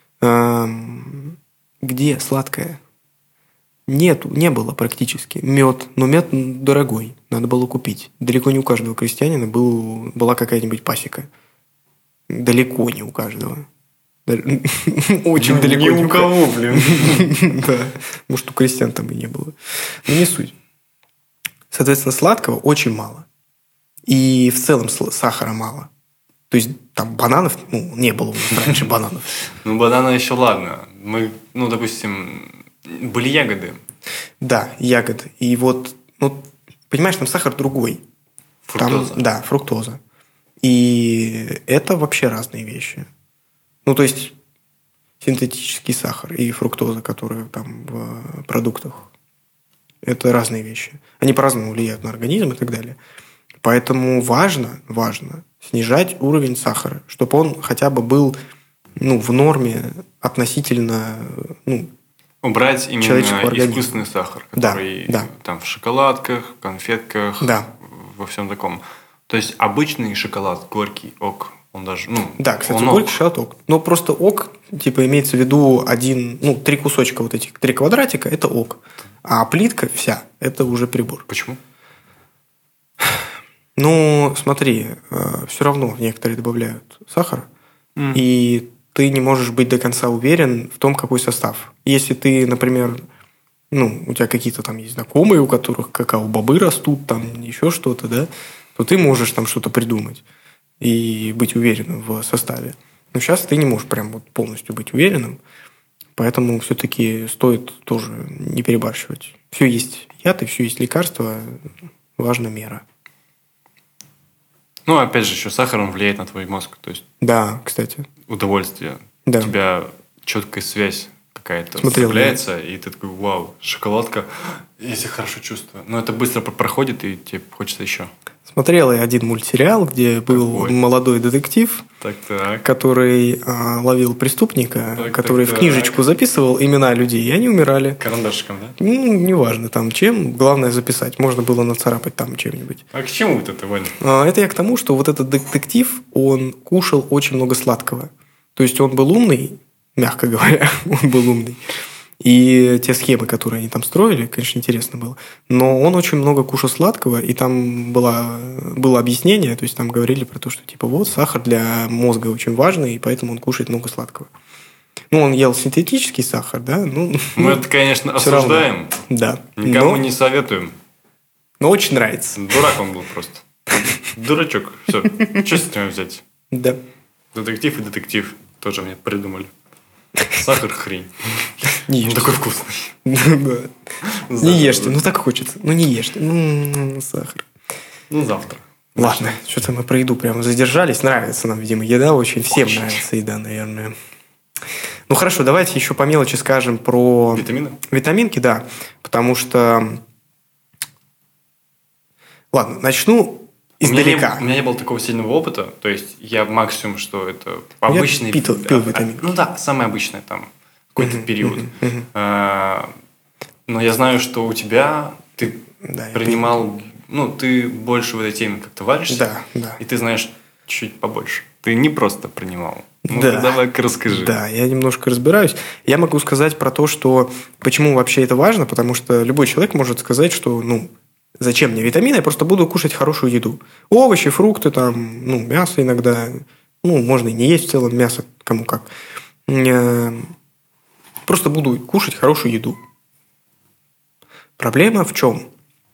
Где сладкое? Не было практически. Мед. Но мед дорогой. Надо было купить. Далеко не у каждого крестьянина была какая-нибудь пасека. Далеко не у каждого. Очень далеко не у кого, блин. Да. Может, у крестьян там и не было. Но не суть. Соответственно, сладкого очень мало. И в целом сахара мало. То есть, там бананов, не было у нас раньше бананов. Бананы еще ладно. Мы, допустим, были ягоды. Да, ягоды. И вот, понимаешь, там сахар другой. Фруктоза. Там, фруктоза. И это вообще разные вещи. То есть, синтетический сахар и фруктоза, которая там в продуктах, это разные вещи. Они по-разному влияют на организм и так далее. Поэтому важно снижать уровень сахара, чтобы он хотя бы был в норме относительно убрать именно искусственный сахар, который там в шоколадках, конфетках, во всем таком. То есть обычный шоколад горький, ок, он даже, Да, кстати, он горький ок. шоколад ок. Но просто ок, типа, имеется в виду три кусочка вот этих, 3 квадратика, это ок. А плитка вся, это уже прибор. Почему? Ну, смотри, все равно некоторые добавляют сахар, и ты не можешь быть до конца уверен в том, какой состав. Если ты, например, у тебя какие-то там есть знакомые, у которых какао-бобы растут, там еще что-то, да, то ты можешь там что-то придумать и быть уверенным в составе. Но сейчас ты не можешь прям вот полностью быть уверенным, поэтому все-таки стоит тоже не перебарщивать. Все есть яд и все есть лекарство, важна мера. Ну, опять же, еще сахар, он влияет на твой мозг. То есть Да, кстати. удовольствие. Да. У тебя четкая связь какая-то Смотрел, цепляется, и ты такой, вау, шоколадка, я себя хорошо чувствую. Но это быстро проходит, и тебе хочется еще. Смотрел я один мультсериал, где был Какой? молодой детектив, Так. который ловил преступника, Так, который так, в книжечку записывал имена людей, и они умирали. Карандашиком, да? Ну, неважно там чем, главное записать. Можно было нацарапать там чем-нибудь. А к чему вот это, Ваня? Это я к тому, что вот этот детектив, он кушал очень много сладкого. То есть он был умный, мягко говоря, он был умный. И те схемы, которые они там строили, конечно, интересно было. Но он очень много кушал сладкого, и там было объяснение, то есть там говорили про то, что типа вот сахар для мозга очень важный, и поэтому он кушает много сладкого. Ну, он ел синтетический сахар, да? Мы это, конечно, всё равно. осуждаем. Да. Никому не советуем. Но очень нравится. Дурак он был просто. Дурачок. Все. Что с него взять? Да. Детектив и детектив. Тоже мне придумали. Сахар хрень. Не Он ешьте. такой вкусный. Да. Не ешьте, так хочется. Не ешьте. Сахар. Завтра. Ладно, что-то мы про еду прямо задержались. Нравится нам, видимо, еда очень. Всем нравится еда, наверное. Ну, хорошо, давайте еще по мелочи скажем про... Витамины? Витаминки, да. Потому что... Ладно, начну издалека. У меня не было такого сильного опыта. То есть, я максимум, что это обычный... Я пил витамины. Ну да, самое обычное там. Какой-то период. Но я знаю, что у тебя... Ты Да, я принимал... ты больше в этой теме как-то варишься. Да. И ты знаешь чуть побольше. Ты не просто принимал. Да. Давай-ка расскажи. Да, я немножко разбираюсь. Я могу сказать про то, что почему вообще это важно, потому что любой человек может сказать, что, зачем мне витамины, я просто буду кушать хорошую еду. Овощи, фрукты, там, мясо иногда. Можно и не есть в целом мясо, кому как. Просто буду кушать хорошую еду. Проблема в чем?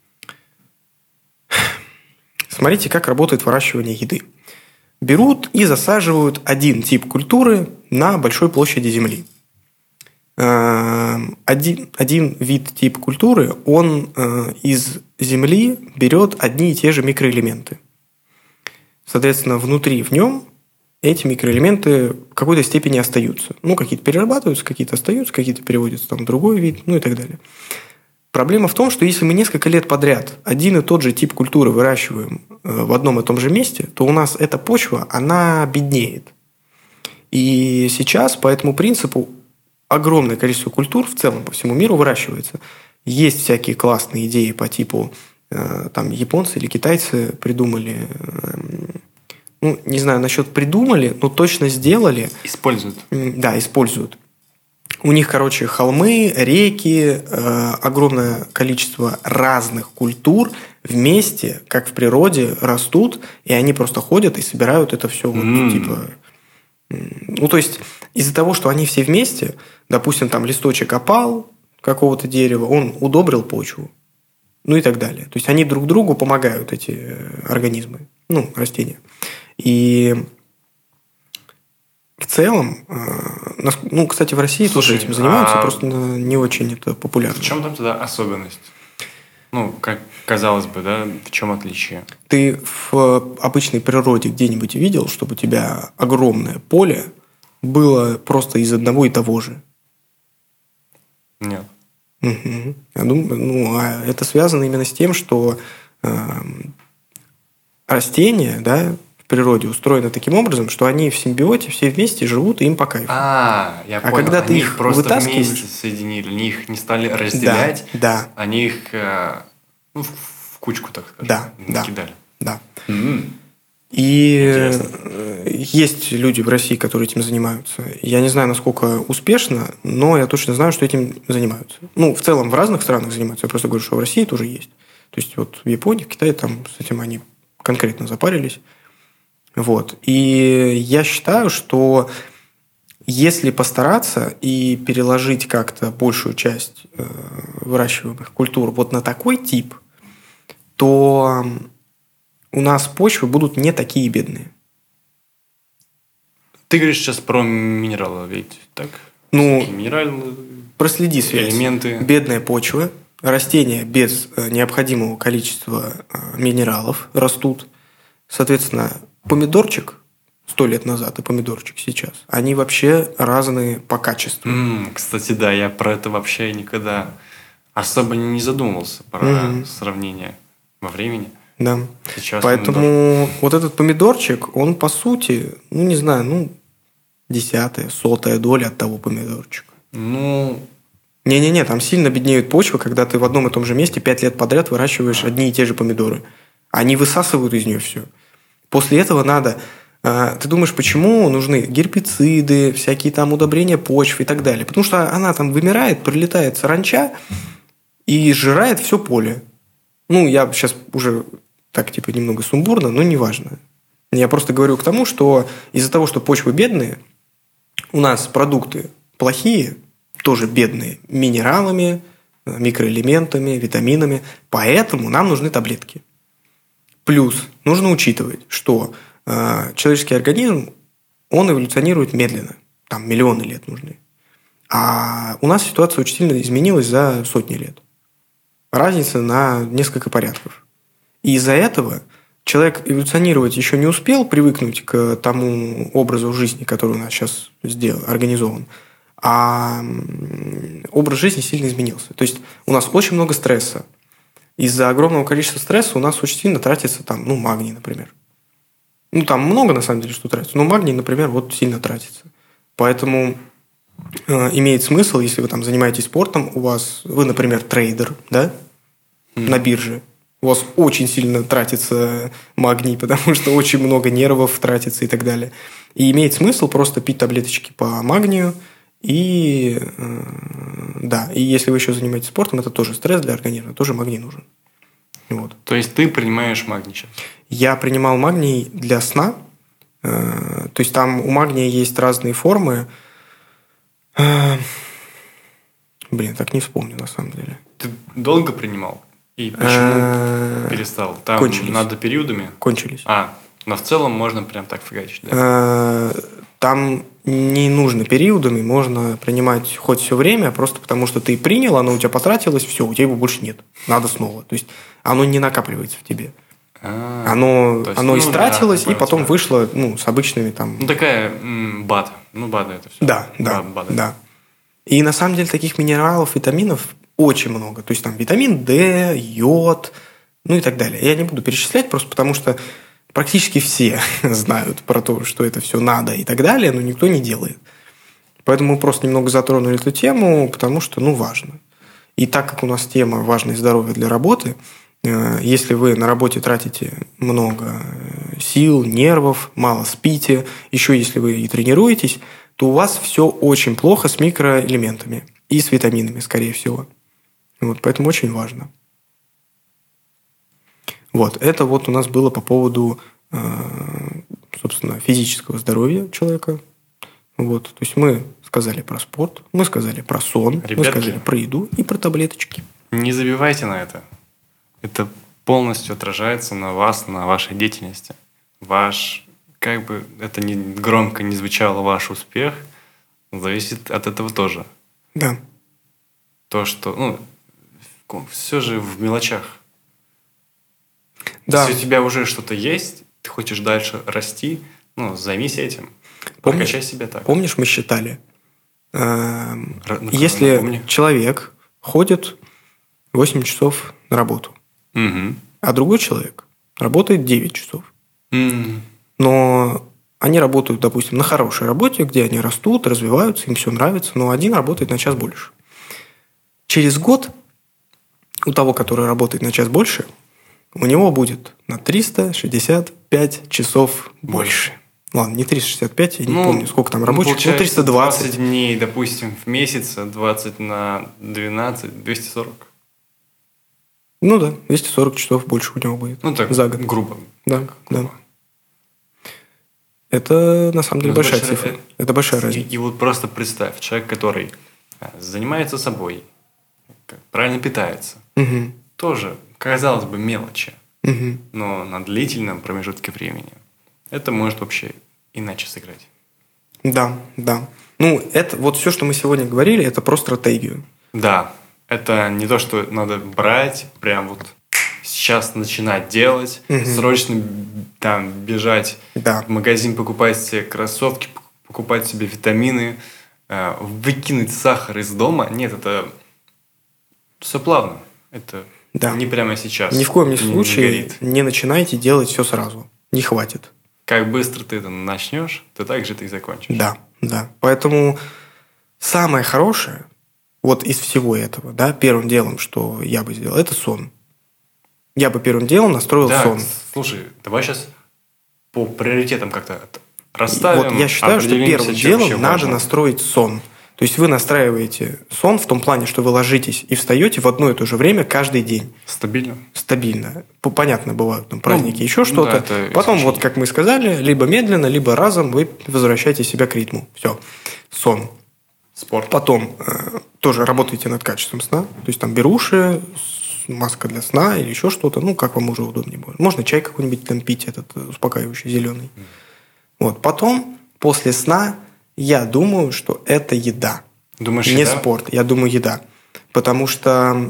Смотрите, как работает выращивание еды. Берут и засаживают один тип культуры на большой площади земли. Один тип культуры, он из земли берет одни и те же микроэлементы. Соответственно, внутри в нем эти микроэлементы в какой-то степени остаются. Какие-то перерабатываются, какие-то остаются, какие-то переводятся в другой вид, и так далее. Проблема в том, что если мы несколько лет подряд один и тот же тип культуры выращиваем в одном и том же месте, то у нас эта почва, она беднеет. И сейчас по этому принципу огромное количество культур в целом по всему миру выращивается. Есть всякие классные идеи по типу, там, японцы или китайцы придумали, не знаю насчет придумали, но точно сделали. Используют. Да, используют. У них, холмы, реки, огромное количество разных культур вместе, как в природе, растут, и они просто ходят и собирают это все то есть из-за того, что они все вместе, допустим, там листочек опал какого-то дерева, он удобрил почву, и так далее. То есть они друг другу помогают, эти организмы, растения. И в целом, кстати, в России тоже этим занимаются, просто не очень это популярно. В чем там тогда особенность? Как казалось бы, да, в чем отличие? Ты в обычной природе где-нибудь видел, чтобы у тебя огромное поле было просто из одного и того же? Нет. Угу. Я думаю, это связано именно с тем, что растения, да, в природе устроены таким образом, что они в симбиоте все вместе живут, и им по кайфу. Я понял. Когда ты они их просто вытаскиваешь... вместе соединили, они их не стали разделять, Да. они их в кучку, так скажем, Да. накидали. Да. М. И Интересно. есть люди в России, которые этим занимаются. Я не знаю, насколько успешно, но я точно знаю, что этим занимаются. Ну, в целом в разных странах занимаются. Я просто говорю, что в России тоже есть. То есть вот в Японии, в Китае там с этим они конкретно запарились. Вот. И я считаю, что если постараться и переложить как-то большую часть выращиваемых культур вот на такой тип, то у нас почвы будут не такие бедные. Ты говоришь сейчас про минералы, ведь так? Ну, Всякие минеральные проследи связь. элементы. Бедная почва, растения без необходимого количества минералов растут. Соответственно, помидорчик 100 лет назад и помидорчик сейчас, они вообще разные по качеству. Кстати, да, я про это вообще никогда особо не задумывался, про сравнение во времени. Да. Сейчас Поэтому вот этот помидорчик, он по сути, ну не знаю, ну 10-я, 100-я доля от того помидорчика. Ну, Не-не-не, там сильно беднеют почвы, когда ты в одном и том же месте 5 лет подряд выращиваешь одни и те же помидоры. Они высасывают из нее все. После этого надо... Ты думаешь, почему нужны гербициды, всякие там удобрения почвы и так далее? Потому что она там вымирает, прилетает саранча и сжирает все поле. Ну, я сейчас уже так типа немного сумбурно, но неважно. Я просто говорю к тому, что из-за того, что почвы бедные, у нас продукты плохие, тоже бедные минералами, микроэлементами, витаминами, поэтому нам нужны таблетки. Плюс нужно учитывать, что человеческий организм, он эволюционирует медленно, там миллионы лет нужны. А у нас ситуация очень сильно изменилась за сотни лет. Разница на несколько порядков. И из-за этого человек эволюционировать еще не успел, привыкнуть к тому образу жизни, который у нас сейчас организован, а образ жизни сильно изменился. То есть у нас очень много стресса. Из-за огромного количества стресса у нас очень сильно тратится там, ну, магний, например. Ну, там много, на самом деле, что тратится. Но магний, например, вот сильно тратится. Поэтому имеет смысл, если вы там занимаетесь спортом, вы, например, трейдер, да, на бирже, у вас очень сильно тратится магний, потому что очень много нервов тратится и так далее. И имеет смысл просто пить таблеточки по магнию. И да, и если вы еще занимаетесь спортом, это тоже стресс для организма, тоже магний нужен. Вот. то есть ты принимаешь магний сейчас? Я принимал магний для сна. То есть там у магния есть разные формы. Блин, так не вспомню на самом деле. Ты долго принимал? И почему перестал? Там Кончились. надо периодами? Кончились. Но в целом можно прям так фигачить, да? Там не нужно периодами, можно принимать хоть все время, просто потому что ты принял, оно у тебя потратилось, все, у тебя его больше нет. Надо снова. То есть оно не накапливается в тебе. Оно истратилось, и потом вышло с обычными там... Ну, такая БАД. Ну, БАДы это все. Да. И на самом деле таких минералов, витаминов очень много. То есть там витамин D, йод, ну и так далее. Я не буду перечислять, просто потому что практически все знают про то, что это все надо и так далее, но никто не делает. Поэтому мы просто немного затронули эту тему, потому что, важно. И так как у нас тема «Важное здоровье для работы», если вы на работе тратите много сил, нервов, мало спите, еще если вы и тренируетесь, то у вас все очень плохо с микроэлементами и с витаминами, скорее всего. Вот, поэтому очень важно. Вот, это вот у нас было по поводу, собственно, физического здоровья человека. Вот, то есть мы сказали про спорт, мы сказали про сон, Ребятки, мы сказали про еду и про таблеточки. Не забивайте на это. Это полностью отражается на вас, на вашей деятельности. Как бы это громко не звучало, ваш успех зависит от этого тоже. Да. То, что, все же в мелочах. Да. Если у тебя уже что-то есть, ты хочешь дальше расти, займись этим. Прокачай себя так. Помнишь, мы считали? Если человек ходит 8 часов на работу, а другой человек работает 9 часов. Но они работают, допустим, на хорошей работе, где они растут, развиваются, им все нравится, но один работает на час больше. Через год у того, который работает на час больше, у него будет на 365 часов больше. Ладно, не 365, я не помню, сколько там рабочих. Получается, 320. 20 дней, допустим, в месяц, 20 на 12, 240. Ну да, 240 часов больше у него будет Так, за год. грубо. Да, да. Это на самом деле большая цифра. Это большая разница. И вот просто представь, человек, который занимается собой, правильно питается, тоже, казалось бы, мелочи, но на длительном промежутке времени это может вообще иначе сыграть. Да, да. Это вот все, что мы сегодня говорили, это про стратегию. Да, это не то, что надо брать, прям вот сейчас начинать делать, срочно там бежать в магазин, покупать себе кроссовки, покупать себе витамины, выкинуть сахар из дома. Нет, это все плавно. Это не прямо сейчас. Ни в коем случае не начинайте делать все сразу. Не хватит. Как быстро ты это начнешь, то так же ты и закончишь. Да, да. Поэтому самое хорошее вот из всего этого, да, первым делом, что я бы сделал, это сон. Я бы первым делом настроил сон. Слушай, давай сейчас по приоритетам как-то расставим. Вот я считаю, что первым делом надо настроить сон. То есть вы настраиваете сон в том плане, что вы ложитесь и встаете в одно и то же время каждый день. Стабильно. Стабильно. Понятно, бывают там праздники, еще что-то. Да, потом, вот как мы сказали, либо медленно, либо разом вы возвращаете себя к ритму. Все. Сон. Спорт. Потом тоже работаете над качеством сна. То есть там беруши, маска для сна или еще что-то. Как вам уже удобнее будет. Можно чай какой-нибудь там пить, этот успокаивающий, зеленый. Вот. Потом, после сна, я думаю, что это еда. Думаешь, не еда? Спорт. Я думаю, еда. Потому что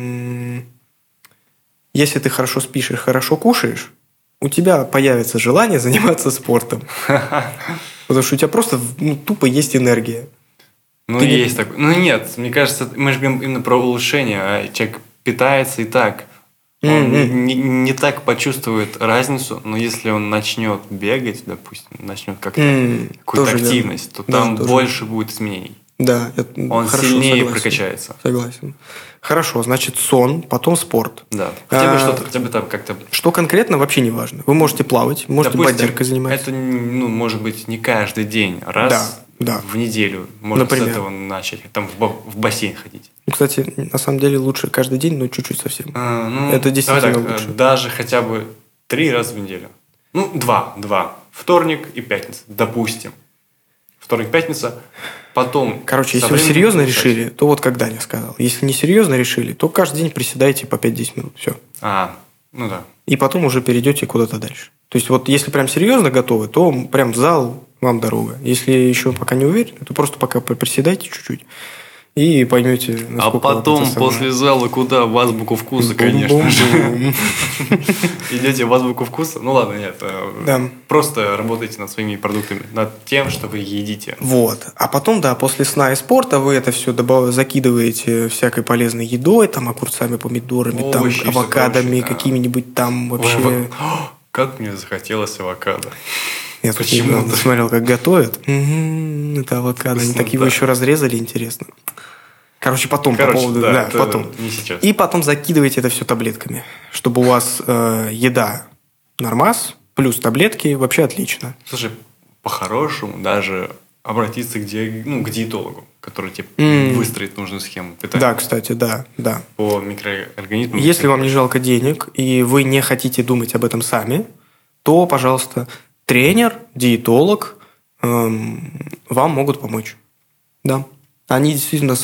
если ты хорошо спишь и хорошо кушаешь, у тебя появится желание заниматься спортом. Потому что у тебя просто тупо есть энергия. Есть такое. Нет, мне кажется, мы же говорим именно про улучшение, а человек питается и так. Он не так почувствует разницу, но если он начнет бегать, допустим, начнет как-то какую-то активность, то там больше будет изменений. Да, он сильнее прокачается. Согласен. Хорошо, значит, сон, потом спорт. Да. Хотя бы что-то, хотя бы там как-то. Что конкретно, вообще не важно. Вы можете плавать, можете бодяркой заниматься. Это, может быть, не каждый день, раз в неделю. Можно с этого начать. Там в бассейн ходить. Кстати, на самом деле лучше каждый день, но чуть-чуть совсем. Это действительно лучше. Даже хотя бы 3 раза в неделю. 2. Вторник и пятница, допустим. Вторник, пятница. Потом. Короче, если вы серьезно решили, то вот как Даня сказал. Если не серьезно решили, то каждый день приседайте по 5-10 минут. Все. Да. И потом уже перейдете куда-то дальше. То есть, вот если прям серьезно готовы, то прям в зал вам дорога. Если еще пока не уверены, то просто пока приседайте чуть-чуть. И поймете, насколько А потом после зала куда? В азбуку вкуса, конечно же. Идете в азбуку вкуса. Ладно, нет. Просто работайте над своими продуктами, над тем, что вы едите. Вот. А потом, после сна и спорта вы это все закидываете всякой полезной едой, там огурцами, помидорами, там авокадами, какими-нибудь там вообще. Как мне захотелось авокадо. Я тут недавно смотрел, как готовят. Это авокадо. Они так его еще разрезали, интересно. Потом по поводу... потом. Не сейчас. И потом закидываете это все таблетками. Чтобы у вас еда нормас, плюс таблетки, вообще отлично. Слушай, по-хорошему даже обратиться к диетологу, который тебе выстроит нужную схему питания. Да, кстати, да. По микроорганизмам. Если вам не жалко денег, и вы не хотите думать об этом сами, то, пожалуйста, тренер, диетолог вам могут помочь. Да. Они действительно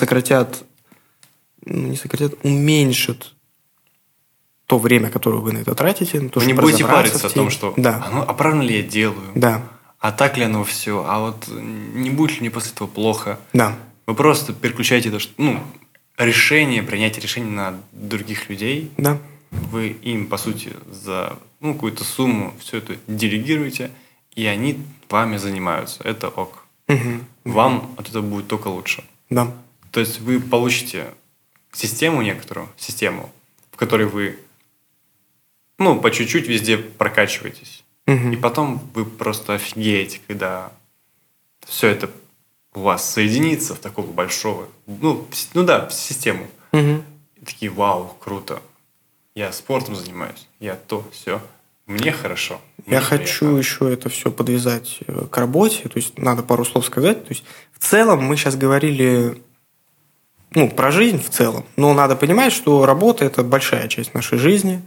уменьшат то время, которое вы на это тратите. Вы не будете париться о том, что да. правильно ли я делаю? Да. А так ли оно все? А вот не будет ли мне после этого плохо? Да. Вы просто переключаете это, принятие решений на других людей. Да. Вы им, по сути, за какую-то сумму все это делегируете, и они вами занимаются. Это ок. Вам от этого будет только лучше. Да. То есть вы получите систему, в которой вы по чуть-чуть везде прокачиваетесь. И потом вы просто офигеете, когда все это у вас соединится в такого большого, в систему. И такие, вау, круто. я спортом занимаюсь, я то, все. Мне хорошо. Я мне хочу приятно. еще это все подвязать к работе, то есть надо пару слов сказать. То есть в целом мы сейчас говорили про жизнь в целом, но надо понимать, что работа – это большая часть нашей жизни,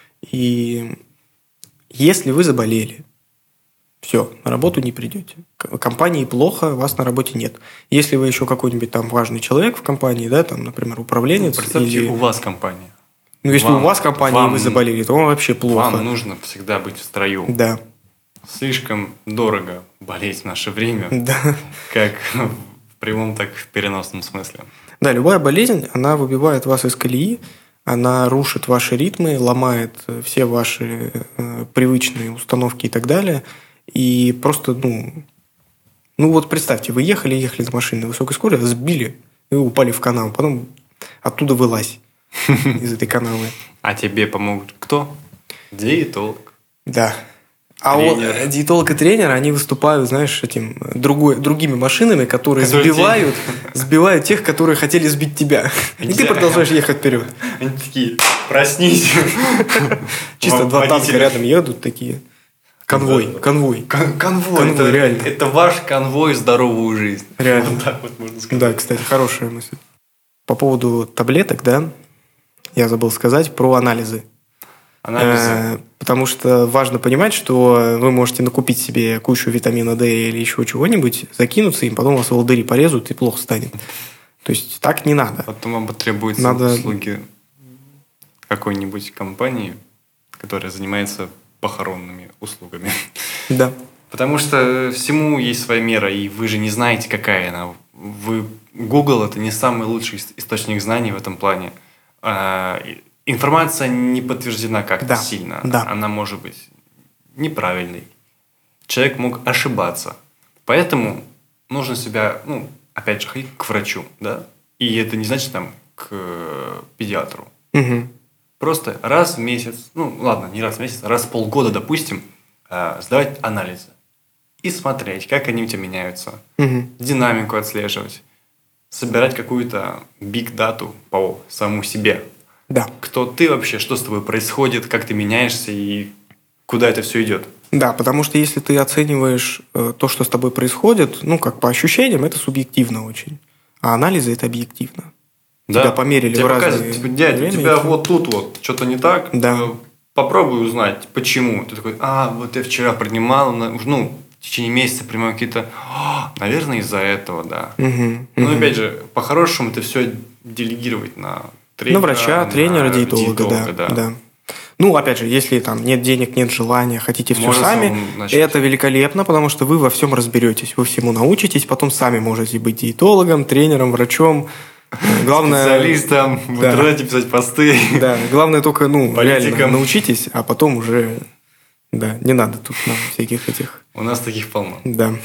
и если вы заболели, все, на работу не придете. Компании плохо, вас на работе нет. Если вы еще какой-нибудь там важный человек в компании, да, там, например, управленец. Представьте, или... у вас компания. если у вас компания, и вы заболели, то вам вообще плохо. Вам нужно всегда быть в строю. Да. Слишком дорого болеть в наше время, Да. как в прямом, так и в переносном смысле. Да, любая болезнь, она выбивает вас из колеи, она рушит ваши ритмы, ломает все ваши привычные установки и так далее. И просто, вот представьте, вы ехали на машине на высокой скорости, сбили, и вы упали в канал, потом оттуда вылазь из этой канавы. А тебе помогут кто? Диетолог. Да. А Тренер. диетолог и тренер, они выступают, знаешь, другими машинами, которые сбивают тех, которые хотели сбить тебя. И ты продолжаешь ехать вперед. Они такие, проснись. Чисто два танка рядом едут такие. Конвой. Конвой, реально. Это ваш конвой в здоровую жизнь. Реально. Вот так вот можно сказать. Да, кстати, хорошая мысль. По поводу таблеток, я забыл сказать про анализы. Анализы. Потому что важно понимать, что вы можете накупить себе кучу витамина D или еще чего-нибудь, закинуться им, потом вас волдыри порезут и плохо станет. То есть так не надо. Потом вам потребуются услуги какой-нибудь компании, которая занимается похоронными услугами. Да. Потому что всему есть своя мера, и вы же не знаете, какая она. Google – это не самый лучший источник знаний в этом плане. Информация не подтверждена как-то сильно. Да. Она может быть неправильной. Человек мог ошибаться. Поэтому нужно себя, опять же, ходить к врачу. Да? И это не значит к педиатру. Угу. Просто раз в месяц, не раз в месяц, раз в полгода, допустим, сдавать анализы. И смотреть, как они у тебя меняются. Угу. Динамику отслеживать. Собирать какую-то биг-дату по самому себе. Да. Кто ты вообще, что с тобой происходит, как ты меняешься и куда это все идет. Да, потому что если ты оцениваешь то, что с тобой происходит, как по ощущениям, это субъективно очень. А анализы – это объективно. Да. Тебя померили тебя в разные показывают, дядя, у тебя вот тут что-то не так. Да. Попробуй узнать, почему. Ты такой, вот я вчера принимал, в течение месяца принимал какие-то... наверное, из-за этого, да. Угу. Опять же, по-хорошему это все делегировать на тренера. На врача, тренера, диетолога, да. Опять же, если там нет денег, нет желания, хотите все сами, это великолепно, потому что вы во всем разберетесь, вы всему научитесь, потом сами можете быть диетологом, тренером, врачом. Главное, специалистом, в интернете писать посты. Да, главное только, реально научитесь, а потом уже, не надо тут нам всяких этих... У нас таких полно. Да.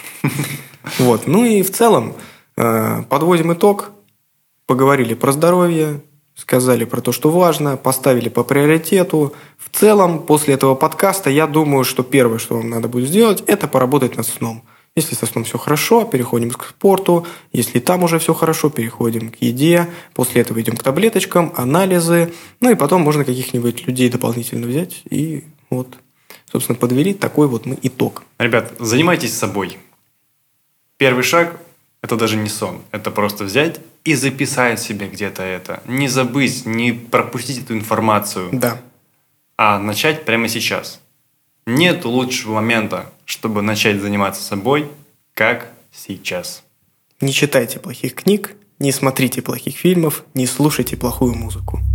Вот, и в целом подводим итог, поговорили про здоровье, сказали про то, что важно, поставили по приоритету. В целом, после этого подкаста, я думаю, что первое, что вам надо будет сделать, это поработать над сном. Если со сном все хорошо, переходим к спорту. Если там уже все хорошо, переходим к еде. После этого идем к таблеточкам, анализы. И потом можно каких-нибудь людей дополнительно взять. И собственно, подвели такой мы итог. Ребят, занимайтесь собой. Первый шаг – это даже не сон. Это просто взять и записать себе где-то это. Не забыть, не пропустить эту информацию. Да. А начать прямо сейчас. Нет лучшего момента, чтобы начать заниматься собой, как сейчас. Не читайте плохих книг, не смотрите плохих фильмов, не слушайте плохую музыку.